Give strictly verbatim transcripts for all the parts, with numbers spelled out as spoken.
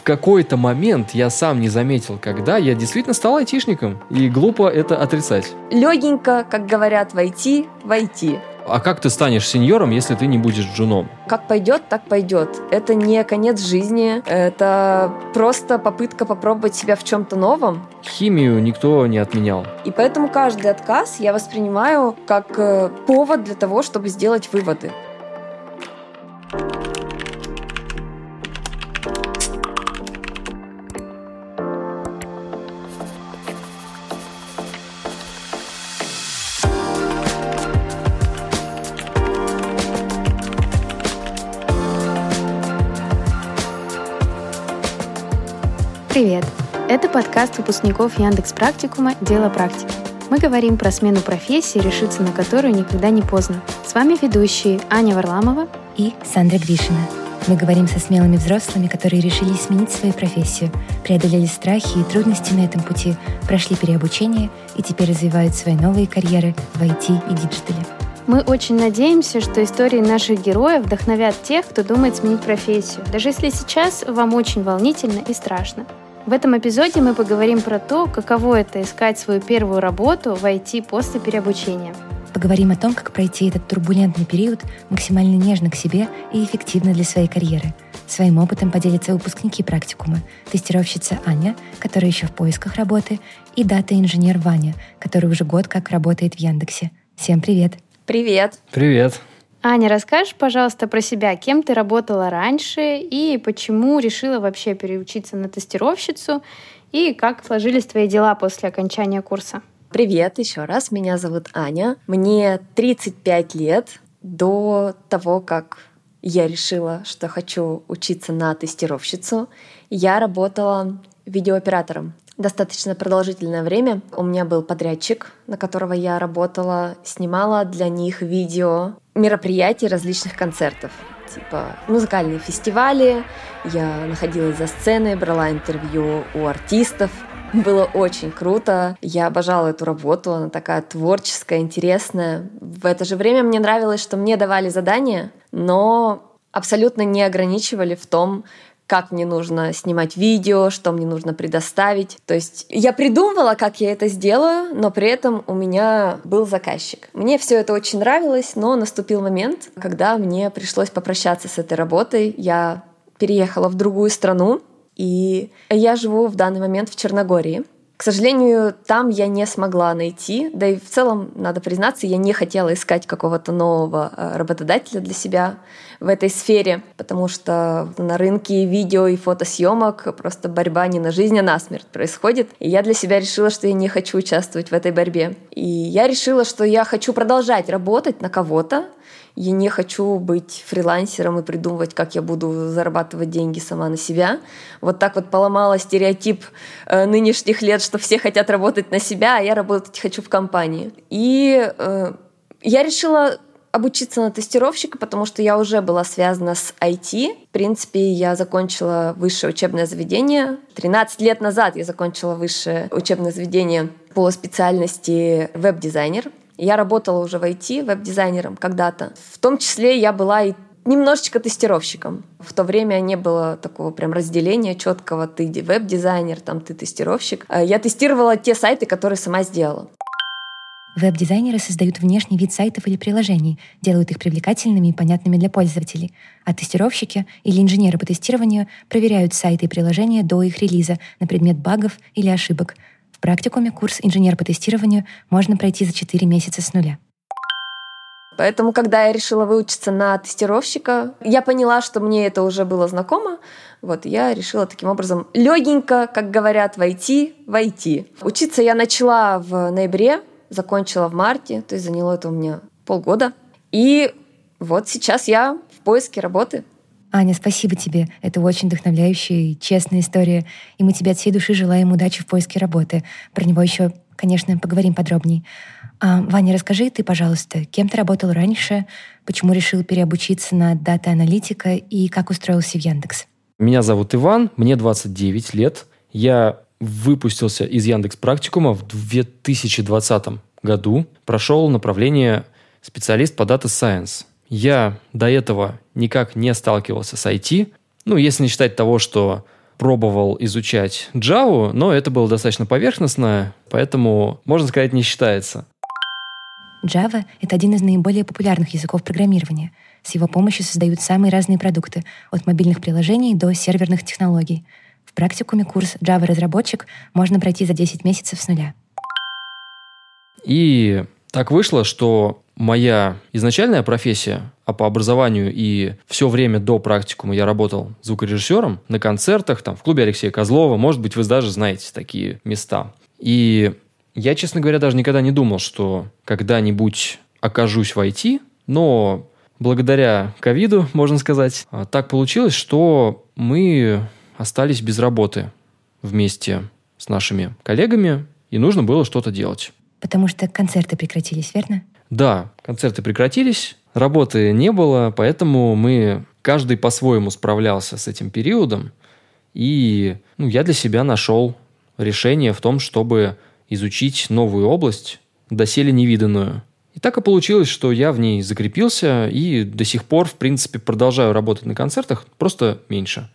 в какой-то момент, я сам не заметил, когда я действительно стал айтишником. И глупо это отрицать. Легенько, как говорят, войти, войти. А как ты станешь сеньором, если ты не будешь джуном? Как пойдет, так пойдет. Это не конец жизни, это просто попытка попробовать себя в чем-то новом. Химию никто не отменял. И поэтому каждый отказ я воспринимаю как повод для того, чтобы сделать выводы. Привет! Это подкаст выпускников Яндекс.Практикума «Дело практики». Мы говорим про смену профессии, решиться на которую никогда не поздно. С вами ведущие Аня Варламова и Сандра Гришина. Мы говорим со смелыми взрослыми, которые решили сменить свою профессию, преодолели страхи и трудности на этом пути, прошли переобучение и теперь развивают свои новые карьеры в ай ти и диджитале. Мы очень надеемся, что истории наших героев вдохновят тех, кто думает сменить профессию, даже если сейчас вам очень волнительно и страшно. В этом эпизоде мы поговорим про то, каково это искать свою первую работу в ай ти после переобучения. Поговорим о том, как пройти этот турбулентный период максимально нежно к себе и эффективно для своей карьеры. Своим опытом поделятся выпускники практикума, тестировщица Аня, которая еще в поисках работы, и дата-инженер Ваня, который уже год как работает в Яндексе. Всем привет! Привет! Привет! Аня, расскажешь, пожалуйста, про себя, кем ты работала раньше и почему решила вообще переучиться на тестировщицу, и как сложились твои дела после окончания курса? Привет еще раз, меня зовут Аня. Мне тридцать пять лет. До того, как я решила, что хочу учиться на тестировщицу, я работала видеооператором. Достаточно продолжительное время. У меня был подрядчик, на которого я работала, снимала для них видео мероприятий различных концертов. Типа музыкальные фестивали. Я находилась за сценой, брала интервью у артистов. Было очень круто. Я обожала эту работу. Она такая творческая, интересная. В это же время мне нравилось, что мне давали задания, но абсолютно не ограничивали в том, как мне нужно снимать видео, что мне нужно предоставить. То есть я придумывала, как я это сделаю, но при этом у меня был заказчик. Мне все это очень нравилось, но наступил момент, когда мне пришлось попрощаться с этой работой. Я переехала в другую страну, и я живу в данный момент в Черногории. К сожалению, там я не смогла найти, да и в целом, надо признаться, я не хотела искать какого-то нового работодателя для себя в этой сфере, потому что на рынке видео и фотосъемок просто борьба не на жизнь, а на смерть происходит. И я для себя решила, что я не хочу участвовать в этой борьбе. И я решила, что я хочу продолжать работать на кого-то. Я не хочу быть фрилансером и придумывать, как я буду зарабатывать деньги сама на себя. Вот так вот поломала стереотип э, нынешних лет, что все хотят работать на себя, а я работать хочу в компании. И э, я решила обучиться на тестировщика, потому что я уже была связана с ай ти. В принципе, я закончила высшее учебное заведение. тринадцать лет назад я закончила высшее учебное заведение по специальности веб-дизайнер. Я работала уже в ай ти веб-дизайнером когда-то. В том числе я была и немножечко тестировщиком. В то время не было такого прям разделения четкого. Ты веб-дизайнер, там ты тестировщик. Я тестировала те сайты, которые сама сделала. Веб-дизайнеры создают внешний вид сайтов или приложений, делают их привлекательными и понятными для пользователей. А тестировщики или инженеры по тестированию проверяют сайты и приложения до их релиза на предмет багов или ошибок. В практикуме курс «Инженер по тестированию» можно пройти за четыре месяца с нуля. Поэтому, когда я решила выучиться на тестировщика, я поняла, что мне это уже было знакомо. Вот я решила таким образом легенько, как говорят, войти, войти. Учиться я начала в ноябре, закончила в марте, то есть заняло это у меня полгода. И вот сейчас я в поиске работы. Аня, спасибо тебе. Это очень вдохновляющая и честная история. И мы тебе от всей души желаем удачи в поиске работы. Про него еще, конечно, поговорим подробнее. А, Ваня, расскажи ты, пожалуйста, кем ты работал раньше, почему решил переобучиться на дата-аналитика и как устроился в Яндекс? Меня зовут Иван, мне двадцать девять лет. Я выпустился из Яндекс.Практикума в две тысячи двадцатом году. Прошел направление специалист по Data Science. Я до этого никак не сталкивался с ай ти. Ну, если не считать того, что пробовал изучать Java, но это было достаточно поверхностно, поэтому, можно сказать, не считается. Java — это один из наиболее популярных языков программирования. С его помощью создают самые разные продукты, от мобильных приложений до серверных технологий. В практикуме курс Java-разработчик можно пройти за десять месяцев с нуля. И так вышло, что моя изначальная профессия, а по образованию и все время до практикума я работал звукорежиссером на концертах, там, в клубе Алексея Козлова, может быть, вы даже знаете такие места. И я, честно говоря, даже никогда не думал, что когда-нибудь окажусь в ай ти, но благодаря ковиду, можно сказать, так получилось, что мы остались без работы вместе с нашими коллегами, и нужно было что-то делать. Потому что концерты прекратились, верно? Да, концерты прекратились, работы не было, поэтому мы, каждый по-своему справлялся с этим периодом, и ну, я для себя нашел решение в том, чтобы изучить новую область, доселе невиданную. И так и получилось, что я в ней закрепился и до сих пор, в принципе, продолжаю работать на концертах, просто меньше.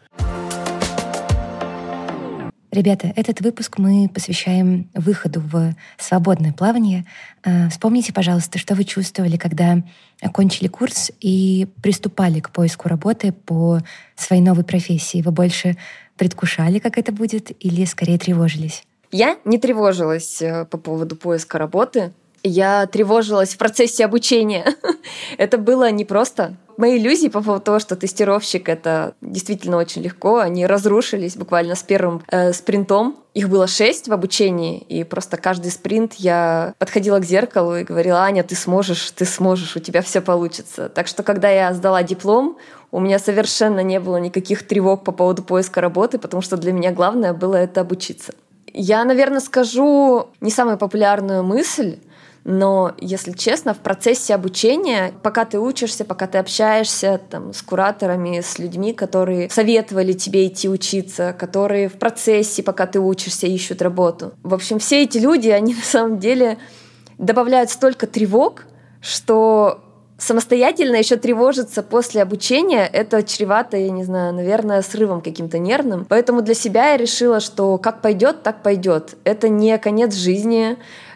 Ребята, этот выпуск мы посвящаем выходу в свободное плавание. Вспомните, пожалуйста, что вы чувствовали, когда окончили курс и приступали к поиску работы по своей новой профессии. Вы больше предвкушали, как это будет, или скорее тревожились? Я не тревожилась по поводу поиска работы. Я тревожилась в процессе обучения. Это было непросто. Мои иллюзии по поводу того, что тестировщик — это действительно очень легко, они разрушились буквально с первым э, спринтом. Их было шесть в обучении, и просто каждый спринт я подходила к зеркалу и говорила: «Аня, ты сможешь, ты сможешь, у тебя все получится». Так что, когда я сдала диплом, у меня совершенно не было никаких тревог по поводу поиска работы, потому что для меня главное было это обучиться. Я, наверное, скажу не самую популярную мысль, но, если честно, в процессе обучения, пока ты учишься, пока ты общаешься там, с кураторами, с людьми, которые советовали тебе идти учиться, которые в процессе, пока ты учишься, ищут работу. В общем, все эти люди, они на самом деле добавляют столько тревог, что самостоятельно еще тревожиться после обучения — это чревато, я не знаю, наверное, срывом каким-то нервным. Поэтому для себя я решила, что как пойдет, так пойдет. Это не конец жизни,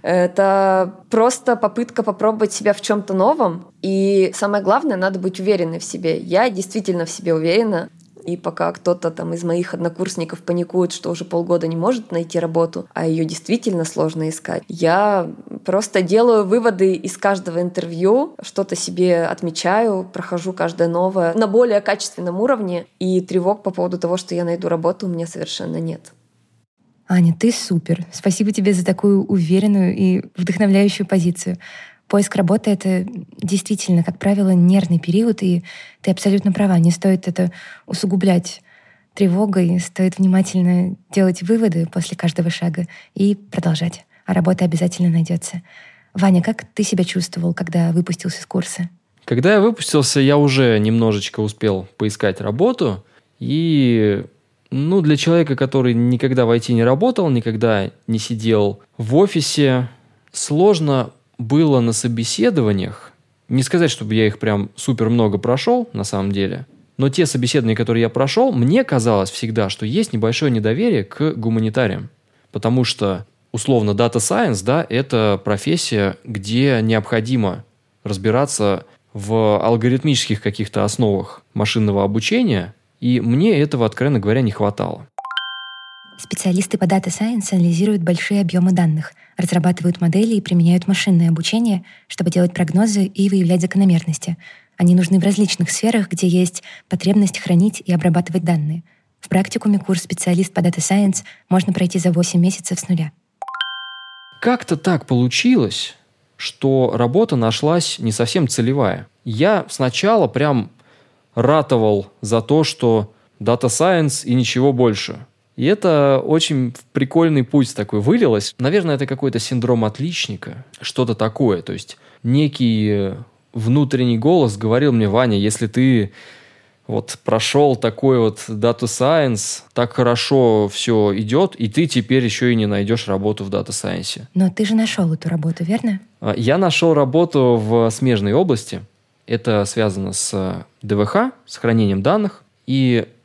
это просто попытка попробовать себя в чем-то новом. И самое главное, надо быть уверенной в себе. Я действительно в себе уверена. И пока кто-то там из моих однокурсников паникует, что уже полгода не может найти работу, а ее действительно сложно искать, я просто делаю выводы из каждого интервью, что-то себе отмечаю, прохожу каждое новое на более качественном уровне, и тревог по поводу того, что я найду работу, у меня совершенно нет. Аня, ты супер. Спасибо тебе за такую уверенную и вдохновляющую позицию. Поиск работы — это действительно, как правило, нервный период, и ты абсолютно права, не стоит это усугублять тревогой, стоит внимательно делать выводы после каждого шага и продолжать, а работа обязательно найдется. Ваня, как ты себя чувствовал, когда выпустился с курса? Когда я выпустился, я уже немножечко успел поискать работу, и ну, для человека, который никогда в ай ти не работал, никогда не сидел в офисе, сложно было на собеседованиях. Не сказать, чтобы я их прям супер много прошел, на самом деле. Но те собеседования, которые я прошел, мне казалось всегда, что есть небольшое недоверие к гуманитариям. Потому что, условно, Data Science, да, это профессия, где необходимо разбираться в алгоритмических каких-то основах машинного обучения, и мне этого, откровенно говоря, не хватало. Специалисты по Data Science анализируют большие объемы данных, разрабатывают модели и применяют машинное обучение, чтобы делать прогнозы и выявлять закономерности. Они нужны в различных сферах, где есть потребность хранить и обрабатывать данные. В практикуме курс «Специалист по Data Science» можно пройти за восемь месяцев с нуля. Как-то так получилось, что работа нашлась не совсем целевая. Я сначала прям ратовал за то, что Data Science и ничего больше. И это очень прикольный путь такой вылилось. Наверное, это какой-то синдром отличника, что-то такое. То есть некий внутренний голос говорил мне: Ваня, если ты вот прошел такой вот Data Science, так хорошо все идет, и ты теперь еще и не найдешь работу в Data Science. Но ты же нашел эту работу, верно? Я нашел работу в смежной области. Это связано с ди ви эйч, с хранением данных. И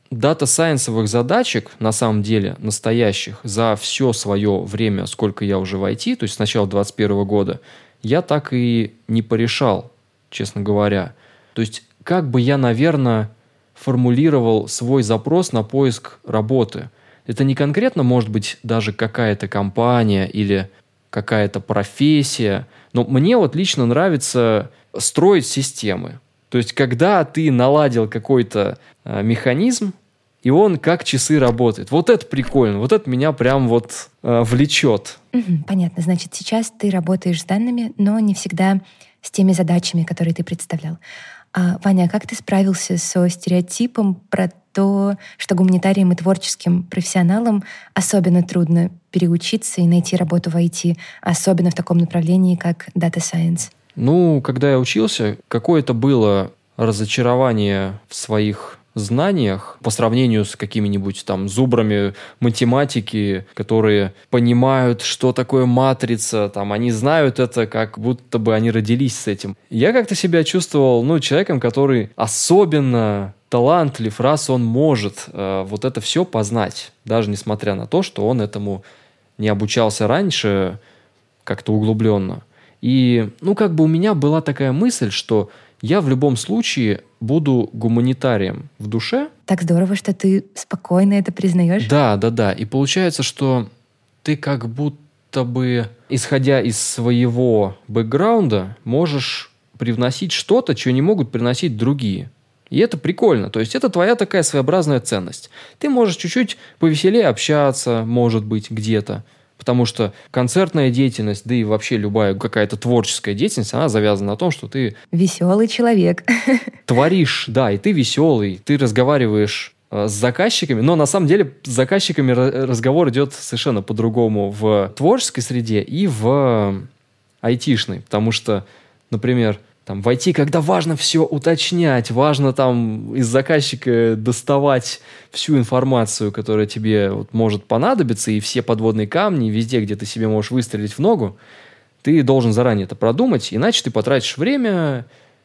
дата-сайенсовых задачек, на самом деле, настоящих, за все свое время, сколько я уже в ай ти, то есть с начала двадцать первого года, я так и не порешал, честно говоря. То есть как бы я, наверное, формулировал свой запрос на поиск работы. Это не конкретно, может быть, даже какая-то компания или какая-то профессия, но мне вот лично нравится строить системы. То есть когда ты наладил какой-то э, механизм, и он как часы работает. Вот это прикольно, вот это меня прям вот э, влечет. Угу, понятно, значит, сейчас ты работаешь с данными, но не всегда с теми задачами, которые ты представлял. А, Ваня, а как ты справился со стереотипом про то, что гуманитариям и творческим профессионалам особенно трудно переучиться и найти работу в ай ти, особенно в таком направлении, как Data Science? Ну, когда я учился, какое-то было разочарование в своих знаниях по сравнению с какими-нибудь там зубрами математики, которые понимают, что такое матрица, там, они знают это, как будто бы они родились с этим. Я как-то себя чувствовал, ну, человеком, который особенно талантлив, раз он может э, вот это все познать, даже несмотря на то, что он этому не обучался раньше как-то углубленно. И, ну, как бы у меня была такая мысль, что я в любом случае буду гуманитарием в душе. Так здорово, что ты спокойно это признаешь. Да, да, да. И получается, что ты как будто бы, исходя из своего бэкграунда, можешь привносить что-то, чего не могут приносить другие. И это прикольно. То есть это твоя такая своеобразная ценность. Ты можешь чуть-чуть повеселее общаться, может быть, где-то. Потому что концертная деятельность, да и вообще любая какая-то творческая деятельность, она завязана на том, что ты... Веселый человек. Творишь, да, и ты веселый, ты разговариваешь э, с заказчиками, но на самом деле с заказчиками разговор идет совершенно по-другому в творческой среде и в айтишной. Потому что, например, там, в ай ти, когда важно все уточнять, важно там из заказчика доставать всю информацию, которая тебе вот, может понадобиться, и все подводные камни, везде, где ты себе можешь выстрелить в ногу, ты должен заранее это продумать, иначе ты потратишь время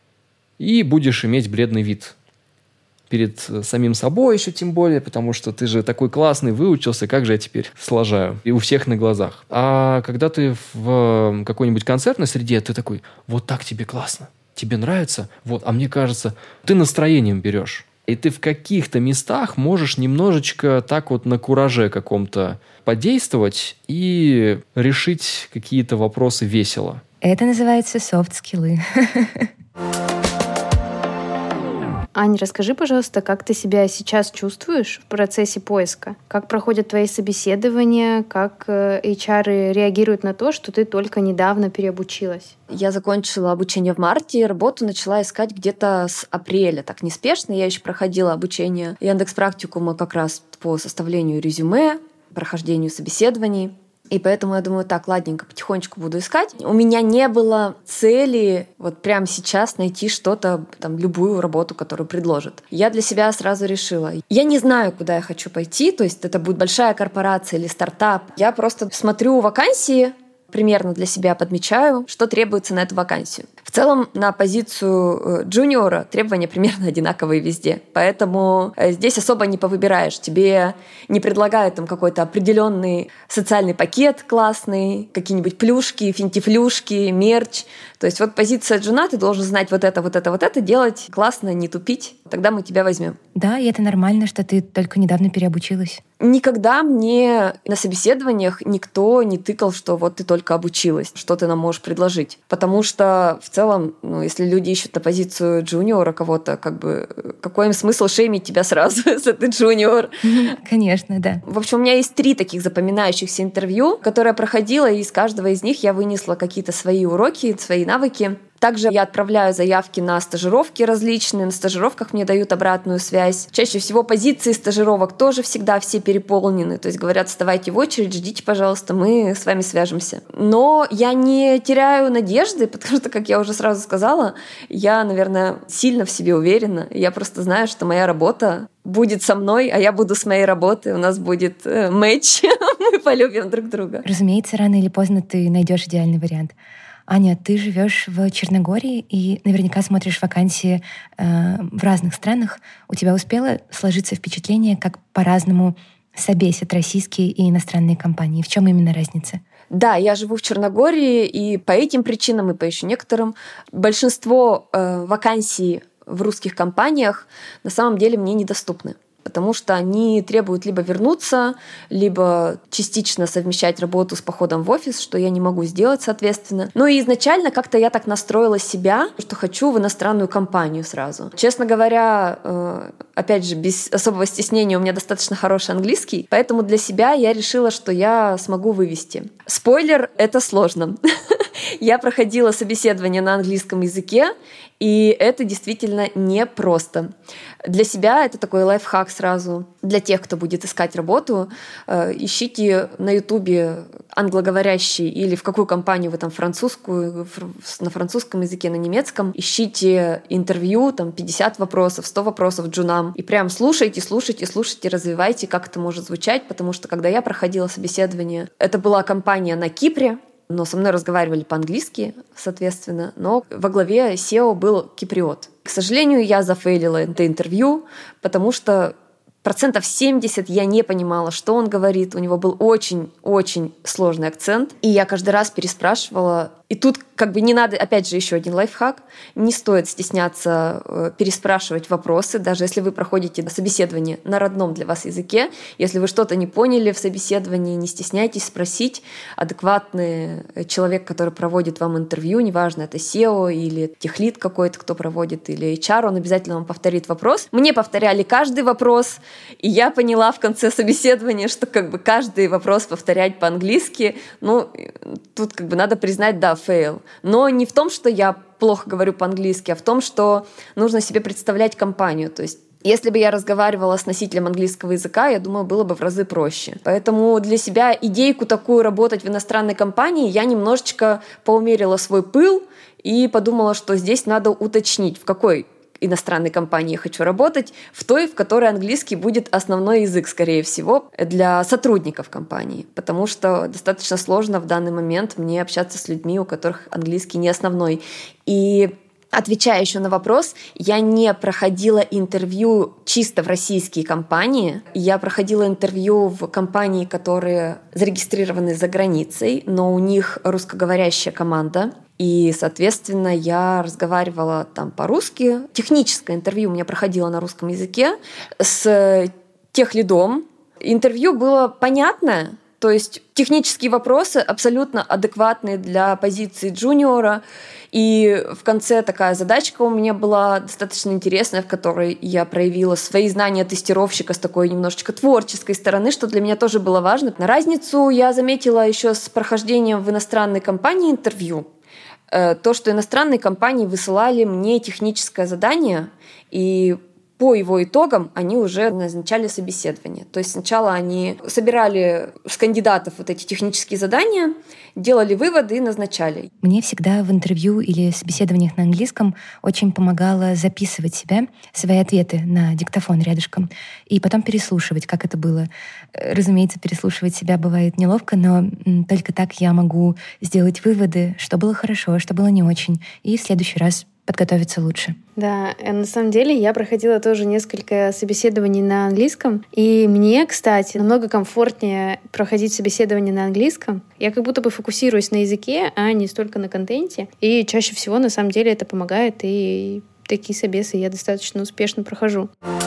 и будешь иметь бледный вид перед самим собой еще тем более, потому что ты же такой классный, выучился, как же я теперь сложаю? И у всех на глазах. А когда ты в какой-нибудь концертной среде, ты такой, вот так тебе классно, тебе нравится? Вот, а мне кажется, ты настроением берешь. И ты в каких-то местах можешь немножечко так вот на кураже каком-то подействовать и решить какие-то вопросы весело. Это называется софт-скиллы. Ань, расскажи, пожалуйста, как ты себя сейчас чувствуешь в процессе поиска? Как проходят твои собеседования? Как эйч ар реагируют на то, что ты только недавно переобучилась? Я закончила обучение в марте, и работу начала искать где-то с апреля. Так неспешно. Я еще проходила обучение Яндекс.Практикума как раз по составлению резюме, прохождению собеседований. И поэтому я думаю, так, ладненько, потихонечку буду искать. У меня не было цели вот прямо сейчас найти что-то, там, любую работу, которую предложат. Я для себя сразу решила. Я не знаю, куда я хочу пойти, то есть это будет большая корпорация или стартап. Я просто смотрю вакансии, примерно для себя подмечаю, что требуется на эту вакансию. В целом, на позицию джуниора требования примерно одинаковые везде. Поэтому здесь особо не повыбираешь. Тебе не предлагают там какой-то определенный социальный пакет классный, какие-нибудь плюшки, финтифлюшки, мерч. То есть вот позиция джуна, ты должен знать вот это, вот это, вот это, делать классно, не тупить. Тогда мы тебя возьмем. Да, и это нормально, что ты только недавно переобучилась. Никогда мне на собеседованиях никто не тыкал, что вот ты только обучилась, что ты нам можешь предложить. Потому что в целом, ну, если люди ищут на позицию джуниора кого-то, как бы какой им смысл шеймить тебя сразу, если ты джуниор? Конечно, да. В общем, у меня есть три таких запоминающихся интервью, которые я проходила, и из каждого из них я вынесла какие-то свои уроки, свои навыки. Также я отправляю заявки на стажировки различные. На стажировках мне дают обратную связь. Чаще всего позиции стажировок тоже всегда все переполнены. То есть говорят, вставайте в очередь, ждите, пожалуйста, мы с вами свяжемся. Но я не теряю надежды, потому что, как я уже сразу сказала, я, наверное, сильно в себе уверена. Я просто знаю, что моя работа будет со мной, а я буду с моей работой. У нас будет э, матч, мы полюбим друг друга. Разумеется, рано или поздно ты найдешь идеальный вариант. Аня, ты живешь в Черногории и наверняка смотришь вакансии э, в разных странах. У тебя успело сложиться впечатление, как по-разному собесят российские и иностранные компании? В чем именно разница? Да, я живу в Черногории, и по этим причинам, и по еще некоторым большинство э, вакансий в русских компаниях на самом деле мне недоступны, потому что они требуют либо вернуться, либо частично совмещать работу с походом в офис, что я не могу сделать, соответственно. Ну и изначально как-то я так настроила себя, что хочу в иностранную компанию сразу. Честно говоря, опять же, без особого стеснения, у меня достаточно хороший английский, поэтому для себя я решила, что я смогу вывести. Спойлер, это сложно. Я проходила собеседование на английском языке, и это действительно непросто. Для себя это такой лайфхак сразу. Для тех, кто будет искать работу, ищите на Ютубе англоговорящий или в какую компанию вы там французскую, на французском языке, на немецком. Ищите интервью, там пятьдесят вопросов, сто вопросов джунам. И прям слушайте, слушайте, слушайте, развивайте, как это может звучать, потому что когда я проходила собеседование, это была компания на Кипре, но со мной разговаривали по-английски, соответственно, но во главе сео был киприот. К сожалению, я зафейлила это интервью, потому что процентов семьдесят я не понимала, что он говорит. У него был очень-очень сложный акцент. И я каждый раз переспрашивала. И тут как бы не надо, опять же, еще один лайфхак. Не стоит стесняться переспрашивать вопросы, даже если вы проходите собеседование на родном для вас языке. Если вы что-то не поняли в собеседовании, не стесняйтесь спросить. Адекватный человек, который проводит вам интервью, неважно, это сео или техлид какой-то, кто проводит, или эйч ар, он обязательно вам повторит вопрос. Мне повторяли каждый вопрос, и я поняла в конце собеседования, что как бы каждый вопрос повторять по-английски, ну, тут как бы надо признать, да, фейл. Но не в том, что я плохо говорю по-английски, а в том, что нужно себе представлять компанию. То есть если бы я разговаривала с носителем английского языка, я думаю, было бы в разы проще. Поэтому для себя идейку такую работать в иностранной компании я немножечко поумерила свой пыл и подумала, что здесь надо уточнить, в какой иностранной компании я хочу работать, в той, в которой английский будет основной язык, скорее всего, для сотрудников компании. Потому что достаточно сложно в данный момент мне общаться с людьми, у которых английский не основной. И отвечая еще на вопрос, я не проходила интервью чисто в российские компании. Я проходила интервью в компании, которые зарегистрированы за границей, но у них русскоговорящая команда. И, соответственно, я разговаривала там по-русски. Техническое интервью у меня проходило на русском языке с техлидом. Интервью было понятное, то есть технические вопросы абсолютно адекватные для позиции джуниора. И в конце такая задачка у меня была достаточно интересная, в которой я проявила свои знания тестировщика с такой немножечко творческой стороны, что для меня тоже было важно. На разницу я заметила еще с прохождением в иностранной компании интервью. То, что иностранные компании высылали мне техническое задание, и по его итогам они уже назначали собеседование. То есть сначала они собирали с кандидатов вот эти технические задания, делали выводы и назначали. Мне всегда в интервью или собеседованиях на английском очень помогало записывать себя, свои ответы на диктофон рядышком, и потом переслушивать, как это было. Разумеется, переслушивать себя бывает неловко, но только так я могу сделать выводы, что было хорошо, что было не очень, и в следующий раз подготовиться лучше. Да, на самом деле я проходила тоже несколько собеседований на английском, и мне, кстати, намного комфортнее проходить собеседование на английском. Я как будто бы фокусируюсь на языке, а не столько на контенте, и чаще всего на самом деле это помогает, и такие собесы я достаточно успешно прохожу.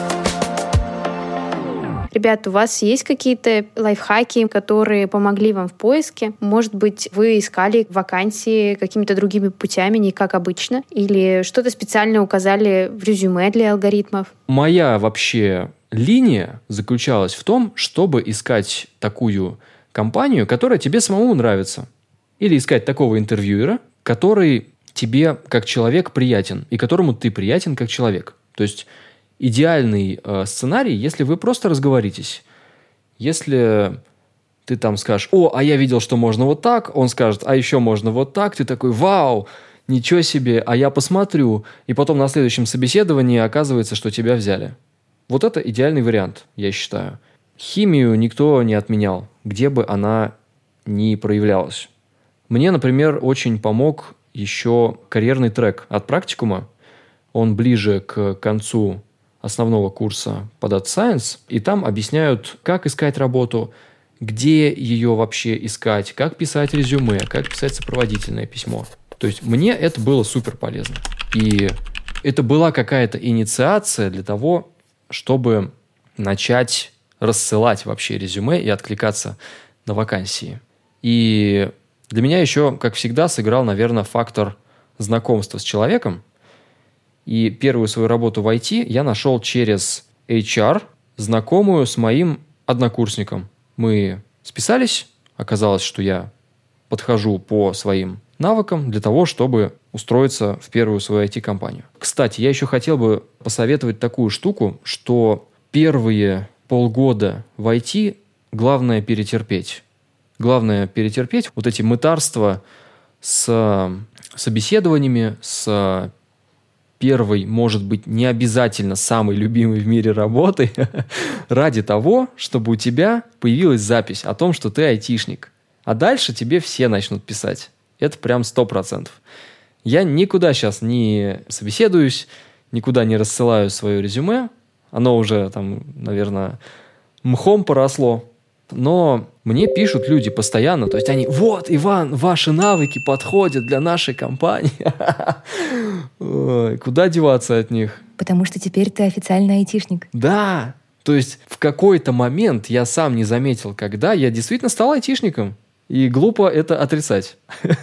Ребят, у вас есть какие-то лайфхаки, которые помогли вам в поиске? Может быть, вы искали вакансии какими-то другими путями, не как обычно? Или что-то специально указали в резюме для алгоритмов? Моя вообще линия заключалась в том, чтобы искать такую компанию, которая тебе самому нравится. Или искать такого интервьюера, который тебе как человек приятен, и которому ты приятен как человек. То есть идеальный э, сценарий, если вы просто разговоритесь. Если ты там скажешь: «О, а я видел, что можно вот так», он скажет: «А еще можно вот так», ты такой: «Вау, ничего себе, а я посмотрю». И потом на следующем собеседовании оказывается, что тебя взяли. Вот это идеальный вариант, я считаю. Химию никто не отменял, где бы она ни проявлялась. Мне, например, очень помог еще карьерный трек от практикума. Он ближе к концу основного курса по Data Science, и там объясняют, как искать работу, где ее вообще искать, как писать резюме, как писать сопроводительное письмо. То есть мне это было супер полезно. И это была какая-то инициация для того, чтобы начать рассылать вообще резюме и откликаться на вакансии. И для меня еще, как всегда, сыграл, наверное, фактор знакомства с человеком. И первую свою работу в ай ти я нашел через эйч ар, знакомую с моим однокурсником. Мы списались, оказалось, что я подхожу по своим навыкам для того, чтобы устроиться в первую свою ай ти-компанию. Кстати, я еще хотел бы посоветовать такую штуку, что первые полгода в ай ти главное перетерпеть. Главное перетерпеть вот эти мытарства с собеседованиями, с первой, может быть, не обязательно самой любимой в мире работой, ради того, чтобы у тебя появилась запись о том, что ты айтишник. А дальше тебе все начнут писать. Это прям сто процентов. Я никуда сейчас не собеседуюсь, никуда не рассылаю свое резюме. Оно уже там, наверное, мхом поросло. Но мне пишут люди постоянно. То есть они: вот, Иван, ваши навыки подходят для нашей компании. Ой, куда деваться от них? Потому что теперь ты официальный айтишник. Да. То есть в какой-то момент я сам не заметил, когда я действительно стал айтишником. И глупо это отрицать.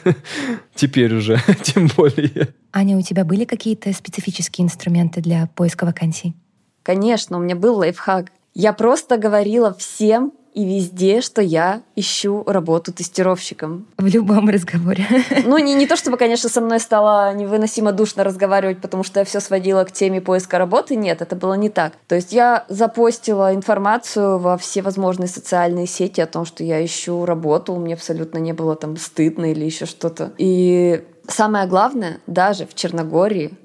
Теперь уже, тем более. Аня, у тебя были какие-то специфические инструменты для поиска вакансий? Конечно, у меня был лайфхак. Я просто говорила всем и везде, что я ищу работу тестировщиком. В любом разговоре. Ну, не, не то чтобы, конечно, со мной стало невыносимо душно разговаривать, потому что я все сводила к теме поиска работы. Нет, это было не так. То есть я запостила информацию во все возможные социальные сети о том, что я ищу работу. Мне абсолютно не было там стыдно или еще что-то. И самое главное, даже в Черногории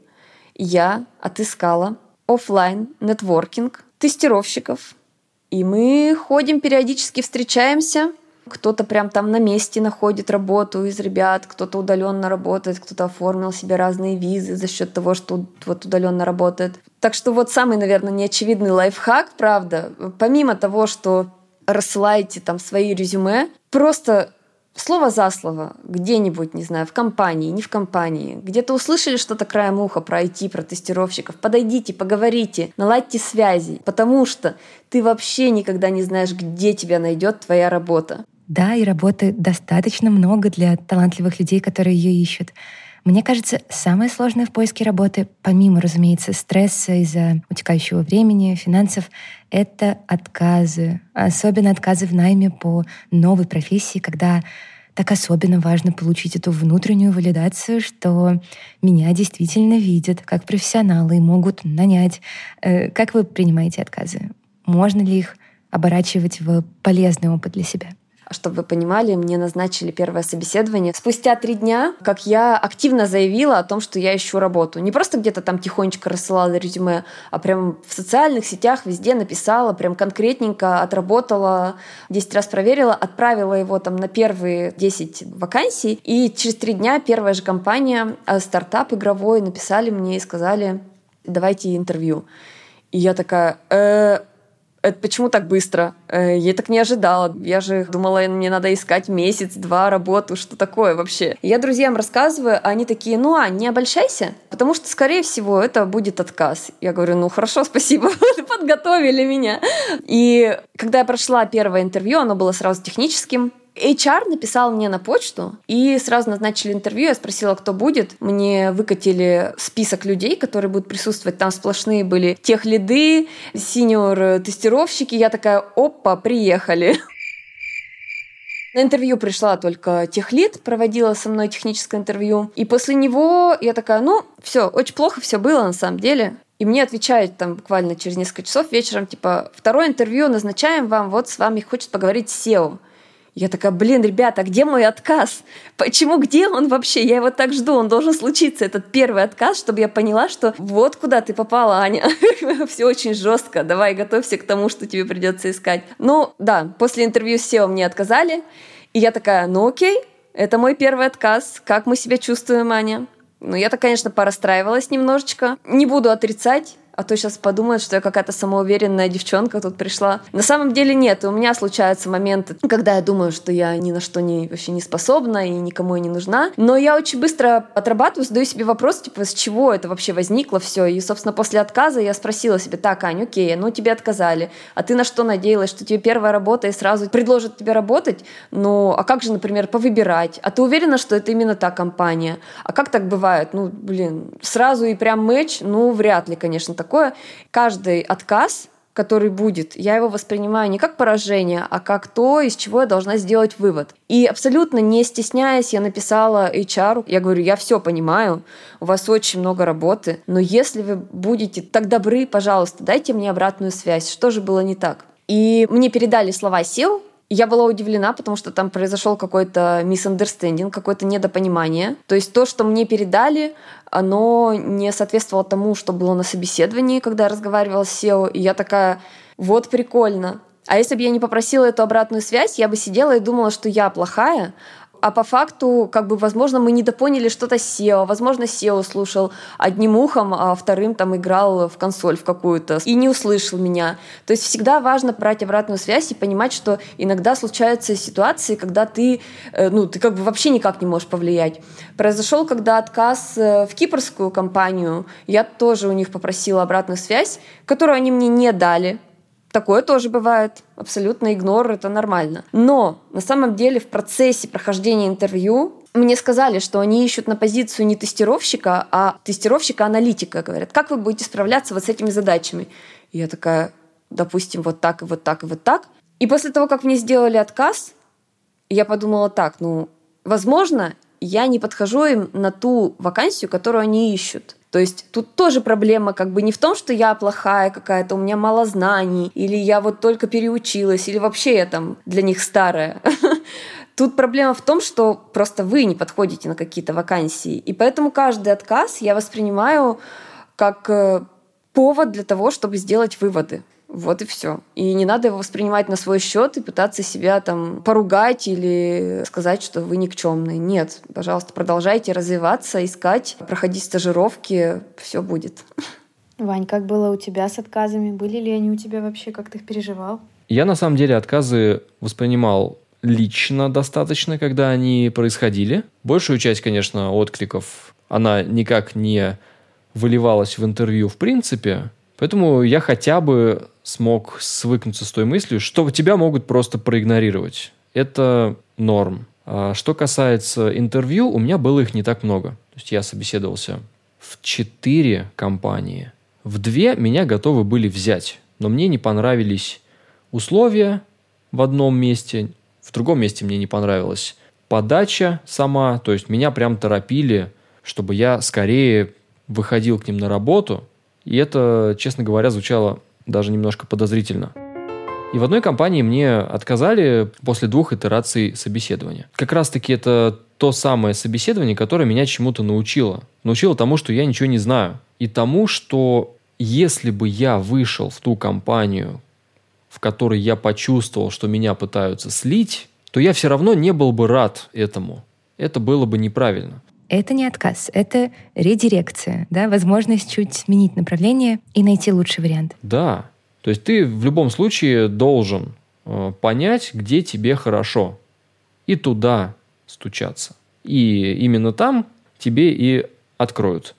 я отыскала офлайн нетворкинг тестировщиков. И мы ходим, периодически встречаемся. Кто-то прям там на месте находит работу из ребят, кто-то удаленно работает, кто-то оформил себе разные визы за счет того, что вот удаленно работает. Так что вот самый, наверное, неочевидный лайфхак, правда, помимо того, что рассылаете там свои резюме, просто слово за слово где-нибудь, не знаю, в компании, не в компании, где-то услышали что-то краем уха про ай ти, про тестировщиков, подойдите, поговорите, наладьте связи, потому что ты вообще никогда не знаешь, где тебя найдет твоя работа. Да, и работы достаточно много для талантливых людей, которые ее ищут. Мне кажется, самое сложное в поиске работы, помимо, разумеется, стресса из-за утекающего времени, финансов, это отказы. Особенно отказы в найме по новой профессии, когда так особенно важно получить эту внутреннюю валидацию, что меня действительно видят как профессионала и могут нанять. Как вы принимаете отказы? Можно ли их оборачивать в полезный опыт для себя? Чтобы вы понимали, мне назначили первое собеседование спустя три дня, как я активно заявила о том, что я ищу работу. Не просто где-то там тихонечко рассылала резюме, а прям в социальных сетях везде написала, прям конкретненько отработала, десять раз проверила, отправила его там на первые десять вакансий. И через три дня первая же компания, стартап игровой, написали мне и сказали: давайте интервью. И я такая... э Это почему так быстро? Я так не ожидала. Я же думала, мне надо искать месяц-два работу. Что такое вообще? Я друзьям рассказываю, а они такие: ну, Ань, не обольщайся, потому что, скорее всего, это будет отказ. Я говорю: ну, хорошо, спасибо, подготовили меня. И когда я прошла первое интервью, оно было сразу техническим. эйч ар написал мне на почту и сразу назначили интервью. Я спросила, кто будет. Мне выкатили список людей, которые будут присутствовать. Там сплошные были техлиды, синьор-тестировщики. Я такая: опа, приехали. На интервью пришла только техлид, проводила со мной техническое интервью. И после него я такая: ну, все, очень плохо все было на самом деле. И мне отвечают там буквально через несколько часов вечером, типа: второе интервью назначаем вам, вот с вами хочет поговорить сео. Я такая: блин, ребята, где мой отказ? Почему, где он вообще? Я его так жду, он должен случиться, этот первый отказ, чтобы я поняла, что вот куда ты попала, Аня. Все очень жестко, давай готовься к тому, что тебе придется искать. Ну да, после интервью с сео мне отказали, и я такая: ну окей, это мой первый отказ. Как мы себя чувствуем, Аня? Ну, я-то, конечно, порастраивалась немножечко. Не буду отрицать. А то сейчас подумают, что я какая-то самоуверенная девчонка тут пришла. На самом деле нет. У меня случаются моменты, когда я думаю, что я ни на что не, вообще не способна и никому и не нужна. Но я очень быстро отрабатываю, задаю себе вопрос, типа, с чего это вообще возникло все. И, собственно, после отказа я спросила себе: так, Ань, окей, ну тебе отказали. А ты на что надеялась? Что тебе первая работа и сразу предложат тебе работать? Ну, а как же, например, повыбирать? А ты уверена, что это именно та компания? А как так бывает? Ну, блин, сразу и прям мэч? Ну, вряд ли, конечно, так. Такое. Каждый отказ, который будет, я его воспринимаю не как поражение, а как то, из чего я должна сделать вывод. И абсолютно не стесняясь, я написала эйч ар, я говорю: я все понимаю, у вас очень много работы, но если вы будете так добры, пожалуйста, дайте мне обратную связь, что же было не так. И мне передали слова сео. Я была удивлена, потому что там произошел какой-то misunderstanding, какое-то недопонимание. То есть то, что мне передали, оно не соответствовало тому, что было на собеседовании, когда я разговаривала с сео. И я такая: вот прикольно. А если бы я не попросила эту обратную связь, я бы сидела и думала, что я плохая. А по факту, как бы, возможно, мы недопоняли что-то с сео. Возможно, сео слушал одним ухом, а вторым там играл в консоль в какую-то и не услышал меня. То есть всегда важно брать обратную связь и понимать, что иногда случаются ситуации, когда ты, ну, ты как бы вообще никак не можешь повлиять. Произошел, когда отказ в кипрскую компанию, я тоже у них попросила обратную связь, которую они мне не дали. Такое тоже бывает. Абсолютно игнор, это нормально. Но на самом деле в процессе прохождения интервью мне сказали, что они ищут на позицию не тестировщика, а тестировщика-аналитика. Говорят: как вы будете справляться вот с этими задачами? И я такая: допустим, вот так и вот так и вот так. И после того, как мне сделали отказ, я подумала: так, ну, возможно, я не подхожу им на ту вакансию, которую они ищут. То есть тут тоже проблема как бы не в том, что я плохая какая-то, у меня мало знаний, или я вот только переучилась, или вообще я там для них старая. Тут проблема в том, что просто вы не подходите на какие-то вакансии. И поэтому каждый отказ я воспринимаю как повод для того, чтобы сделать выводы. Вот и все. И не надо его воспринимать на свой счет и пытаться себя там поругать или сказать, что вы никчемные. Нет, пожалуйста, продолжайте развиваться, искать, проходить стажировки, все будет. Вань, как было у тебя с отказами? Были ли они у тебя вообще? Как ты их переживал? Я на самом деле отказы воспринимал лично достаточно, когда они происходили. Большую часть, конечно, откликов, она никак не выливалась в интервью в принципе. Поэтому я хотя бы смог свыкнуться с той мыслью, что тебя могут просто проигнорировать. Это норм. А что касается интервью, у меня было их не так много. То есть я собеседовался в четыре компании. В две меня готовы были взять, но мне не понравились условия в одном месте, в другом месте мне не понравилась подача сама. То есть меня прям торопили, чтобы я скорее выходил к ним на работу. И это, честно говоря, звучало даже немножко подозрительно. И в одной компании мне отказали после двух итераций собеседования. Как раз-таки это то самое собеседование, которое меня чему-то научило. Научило тому, что я ничего не знаю. И тому, что если бы я вышел в ту компанию, в которой я почувствовал, что меня пытаются слить, то я все равно не был бы рад этому. Это было бы неправильно. Это не отказ, это редирекция, да, возможность чуть сменить направление и найти лучший вариант. Да, то есть ты в любом случае должен э, понять, где тебе хорошо, и туда стучаться. И именно там тебе и откроют.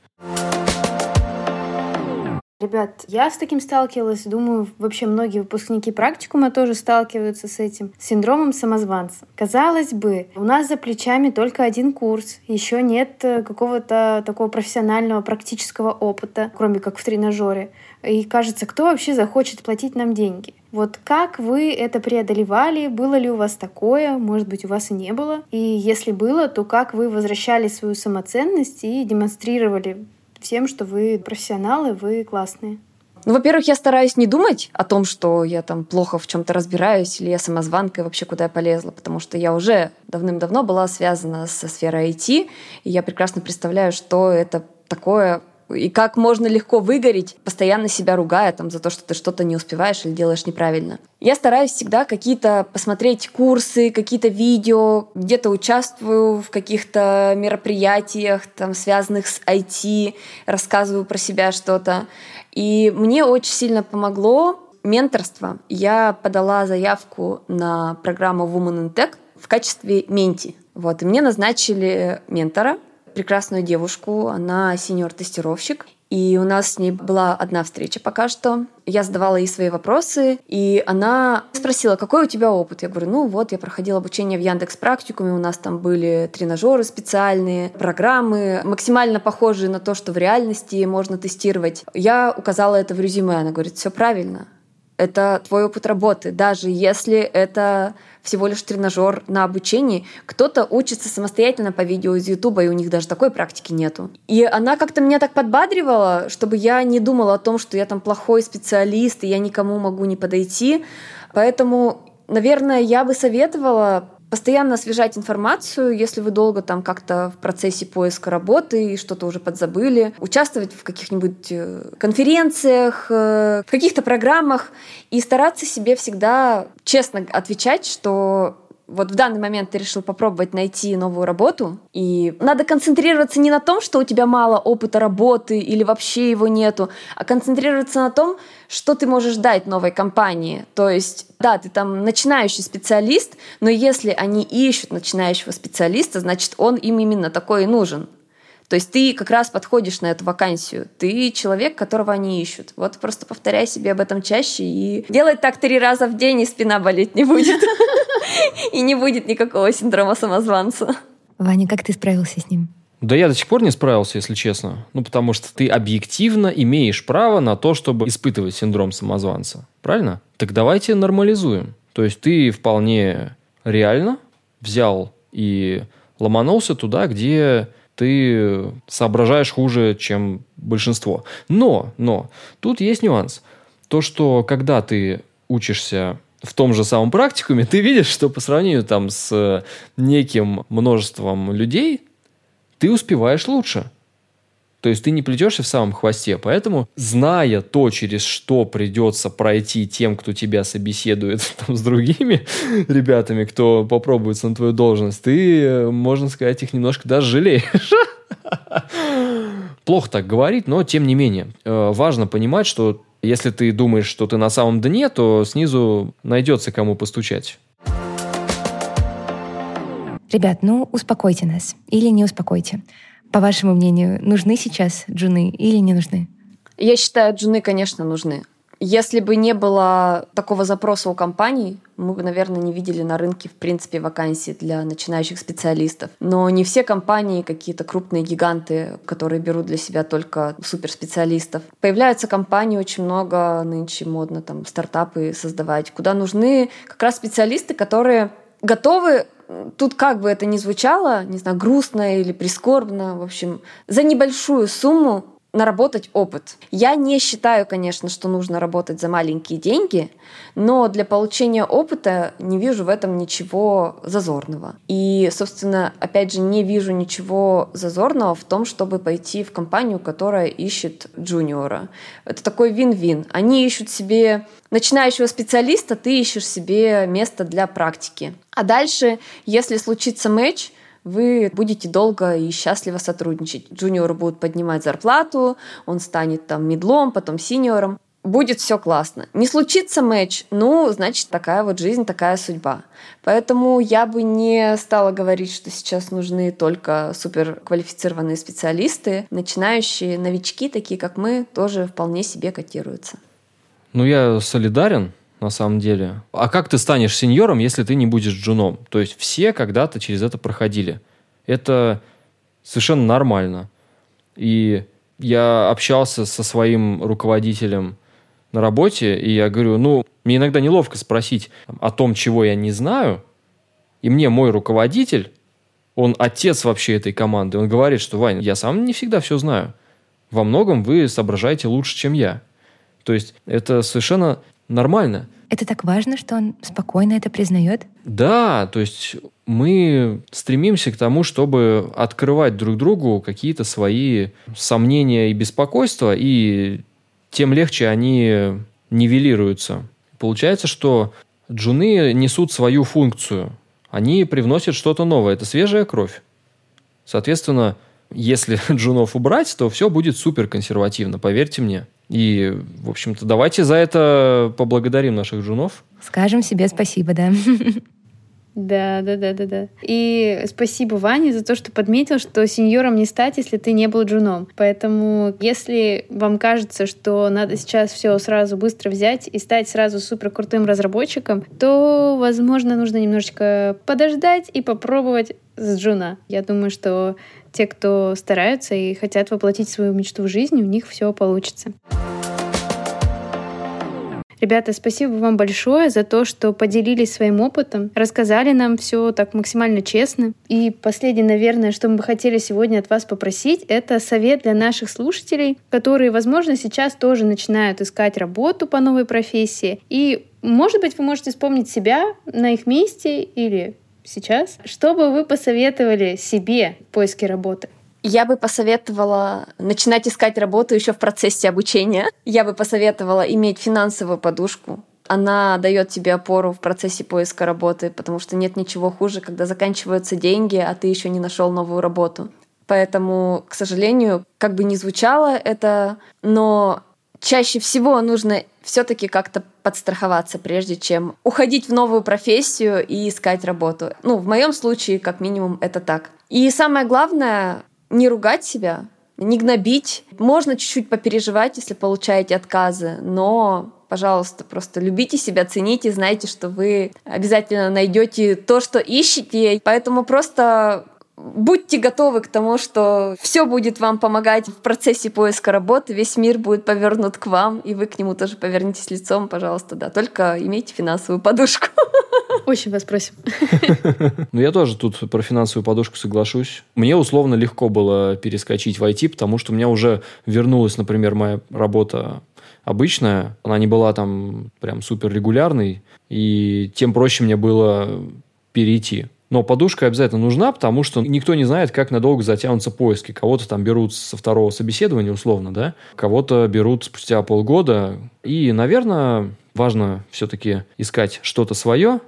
Ребят, я с таким сталкивалась, думаю, вообще многие выпускники практикума тоже сталкиваются с этим синдромом самозванца. Казалось бы, у нас за плечами только один курс, еще нет какого-то такого профессионального практического опыта, кроме как в тренажере. И кажется, кто вообще захочет платить нам деньги? Вот как вы это преодолевали? Было ли у вас такое? Может быть, у вас и не было? И если было, то как вы возвращали свою самоценность и демонстрировали всем, что вы профессионалы, вы классные? Ну, во-первых, я стараюсь не думать о том, что я там плохо в чем-то разбираюсь, или я самозванка, и вообще куда я полезла, потому что я уже давным-давно была связана со сферой ай ти, и я прекрасно представляю, что это такое И как можно легко выгореть, постоянно себя ругая там, за то, что ты что-то не успеваешь или делаешь неправильно. Я стараюсь всегда какие-то посмотреть курсы, какие-то видео, где-то участвую в каких-то мероприятиях, там, связанных с ай ти, рассказываю про себя что-то. И мне очень сильно помогло менторство. Я подала заявку на программу Women in Tech в качестве менти. Вот. И мне назначили ментора, прекрасную девушку, она сеньор-тестировщик. И у нас с ней была одна встреча пока что. Я задавала ей свои вопросы, и она спросила, какой у тебя опыт? Я говорю, ну вот, я проходила обучение в Яндекс.Практикуме, у нас там были тренажеры специальные, программы, максимально похожие на то, что в реальности можно тестировать. Я указала это в резюме, она говорит, все правильно. Это твой опыт работы. Даже если это всего лишь тренажер на обучении, кто-то учится самостоятельно по видео из Ютуба, и у них даже такой практики нету. И она как-то меня так подбадривала, чтобы я не думала о том, что я там плохой специалист, и я никому могу не подойти. Поэтому, наверное, я бы советовала постоянно освежать информацию, если вы долго там как-то в процессе поиска работы и что-то уже подзабыли, участвовать в каких-нибудь конференциях, в каких-то программах и стараться себе всегда честно отвечать, что вот в данный момент ты решил попробовать найти новую работу, и надо концентрироваться не на том, что у тебя мало опыта работы или вообще его нету, а концентрироваться на том, что ты можешь дать новой компании. То есть, да, ты там начинающий специалист, но если они ищут начинающего специалиста, значит, он им именно такой и нужен. То есть ты как раз подходишь на эту вакансию. Ты человек, которого они ищут. Вот просто повторяй себе об этом чаще и делай так три раза в день, и спина болеть не будет. И не будет никакого синдрома самозванца. Ваня, как ты справился с ним? Да я до сих пор не справился, если честно. Ну, потому что ты объективно имеешь право на то, чтобы испытывать синдром самозванца. Правильно? Так давайте нормализуем. То есть ты вполне реально взял и ломанулся туда, где ты соображаешь хуже, чем большинство. Но, но, тут есть нюанс. То, что когда ты учишься в том же самом практикуме, ты видишь, что по сравнению там с неким множеством людей ты успеваешь лучше. То есть ты не плетешься в самом хвосте. Поэтому, зная то, через что придется пройти тем, кто тебя собеседует там, с другими ребятами, кто попробуется на твою должность, ты, можно сказать, их немножко даже жалеешь. Плохо так говорить, но тем не менее. Важно понимать, что если ты думаешь, что ты на самом дне, то снизу найдется кому постучать. Ребят, ну успокойте нас. Или не успокойте. По вашему мнению, нужны сейчас джуны или не нужны? Я считаю, джуны, конечно, нужны. Если бы не было такого запроса у компаний, мы бы, наверное, не видели на рынке, в принципе, вакансий для начинающих специалистов. Но не все компании, какие-то крупные гиганты, которые берут для себя только суперспециалистов. Появляются компании, очень много нынче модно там стартапы создавать, куда нужны как раз специалисты, которые готовы, тут как бы это ни звучало, не знаю, грустно или прискорбно, в общем, за небольшую сумму наработать опыт. Я не считаю, конечно, что нужно работать за маленькие деньги, но для получения опыта не вижу в этом ничего зазорного. И, собственно, опять же, не вижу ничего зазорного в том, чтобы пойти в компанию, которая ищет джуниора. Это такой вин-вин. Они ищут себе начинающего специалиста, ты ищешь себе место для практики. А дальше, если случится матч, вы будете долго и счастливо сотрудничать. Джуниору будут поднимать зарплату, он станет там мидлом, потом синьором. Будет все классно. Не случится матч, ну, значит, такая вот жизнь, такая судьба. Поэтому я бы не стала говорить, что сейчас нужны только суперквалифицированные специалисты. Начинающие новички, такие как мы, тоже вполне себе котируются. Ну, я солидарен. На самом деле. А как ты станешь сеньором, если ты не будешь джуном? То есть все когда-то через это проходили. Это совершенно нормально. И я общался со своим руководителем на работе, и я говорю, ну, мне иногда неловко спросить о том, чего я не знаю. И мне мой руководитель, он отец вообще этой команды, он говорит, что, Вань, я сам не всегда все знаю. Во многом вы соображаете лучше, чем я. То есть это совершенно нормально. Это так важно, что он спокойно это признает? Да, то есть мы стремимся к тому, чтобы открывать друг другу какие-то свои сомнения и беспокойства, и тем легче они нивелируются. Получается, что джуны несут свою функцию. Они привносят что-то новое. Это свежая кровь. Соответственно, если джунов убрать, то все будет супер консервативно, поверьте мне. И, в общем-то, давайте за это поблагодарим наших джунов. Скажем себе спасибо, да. Да, да, да, да, да. И спасибо Ване за то, что подметил, что сеньором не стать, если ты не был джуном. Поэтому, если вам кажется, что надо сейчас все сразу быстро взять и стать сразу супер крутым разработчиком, то, возможно, нужно немножечко подождать и попробовать с джуна. Я думаю, что те, кто стараются и хотят воплотить свою мечту в жизнь, у них все получится. Ребята, спасибо вам большое за то, что поделились своим опытом, рассказали нам все так максимально честно. И последнее, наверное, что мы бы хотели сегодня от вас попросить, это совет для наших слушателей, которые, возможно, сейчас тоже начинают искать работу по новой профессии. И, может быть, вы можете вспомнить себя на их месте или сейчас. Что бы вы посоветовали себе в поиске работы? Я бы посоветовала начинать искать работу еще в процессе обучения. Я бы посоветовала иметь финансовую подушку. Она дает тебе опору в процессе поиска работы, потому что нет ничего хуже, когда заканчиваются деньги, а ты еще не нашел новую работу. Поэтому, к сожалению, как бы ни звучало это, но чаще всего нужно все-таки как-то подстраховаться, прежде чем уходить в новую профессию и искать работу. Ну, в моем случае, как минимум, это так. И самое главное — не ругать себя, не гнобить. Можно чуть-чуть попереживать, если получаете отказы, но, пожалуйста, просто любите себя, цените, знайте, что вы обязательно найдете то, что ищете. Поэтому просто будьте готовы к тому, что все будет вам помогать в процессе поиска работы, весь мир будет повернут к вам, и вы к нему тоже повернетесь лицом, пожалуйста, да. Только имейте финансовую подушку. Очень вас просим. Ну, я тоже тут про финансовую подушку соглашусь. Мне условно легко было перескочить в ай ти, потому что у меня уже вернулась, например, моя работа обычная. Она не была там прям супер регулярной, и тем проще мне было перейти. Но подушка обязательно нужна, потому что никто не знает, как надолго затянутся поиски. Кого-то там берут со второго собеседования, условно, да? Кого-то берут спустя полгода. И, наверное, важно все-таки искать что-то свое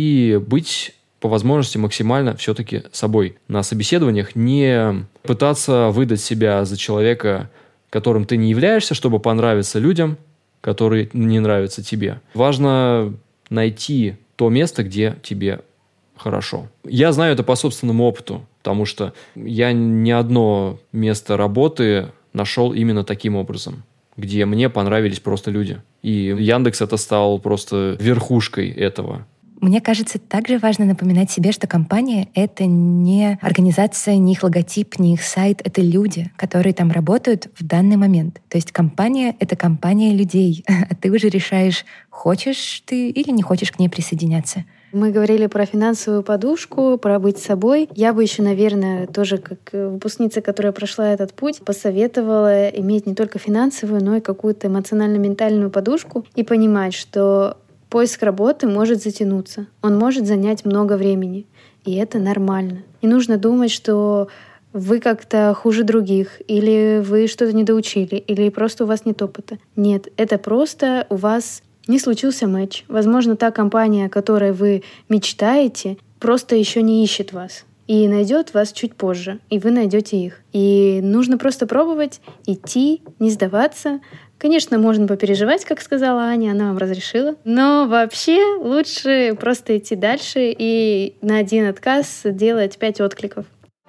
и быть по возможности максимально все-таки собой на собеседованиях. Не пытаться выдать себя за человека, которым ты не являешься, чтобы понравиться людям, которые не нравятся тебе. Важно найти то место, где тебе хорошо. Я знаю это по собственному опыту, потому что я не одно место работы нашел именно таким образом, где мне понравились просто люди. И Яндекс это стал просто верхушкой этого. Мне кажется, также важно напоминать себе, что компания — это не организация, не их логотип, не их сайт, это люди, которые там работают в данный момент. То есть компания — это компания людей, а ты уже решаешь, хочешь ты или не хочешь к ней присоединяться. Мы говорили про финансовую подушку, про быть собой. Я бы еще, наверное, тоже как выпускница, которая прошла этот путь, посоветовала иметь не только финансовую, но и какую-то эмоционально-ментальную подушку и понимать, что поиск работы может затянуться, он может занять много времени, и это нормально. Не нужно думать, что вы как-то хуже других, или вы что-то недоучили, или просто у вас нет опыта. Нет, это просто у вас не случился матч. Возможно, та компания, о которой вы мечтаете, просто еще не ищет вас и найдет вас чуть позже, и вы найдете их. И нужно просто пробовать, идти, не сдаваться. Конечно, можно попереживать, как сказала Аня, она вам разрешила. Но вообще лучше просто идти дальше и на один отказ делать пять откликов.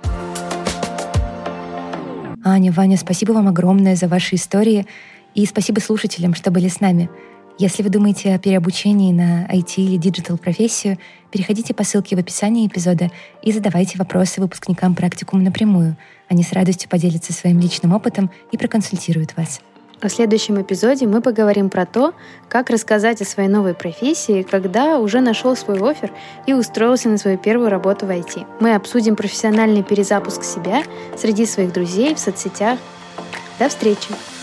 Аня, Ваня, спасибо вам огромное за ваши истории. И спасибо слушателям, что были с нами. Если вы думаете о переобучении на ай ти или диджитал-профессию, переходите по ссылке в описании эпизода и задавайте вопросы выпускникам практикума напрямую. Они с радостью поделятся своим личным опытом и проконсультируют вас. В следующем эпизоде мы поговорим про то, как рассказать о своей новой профессии, когда уже нашел свой оффер и устроился на свою первую работу в ай ти. Мы обсудим профессиональный перезапуск себя среди своих друзей в соцсетях. До встречи!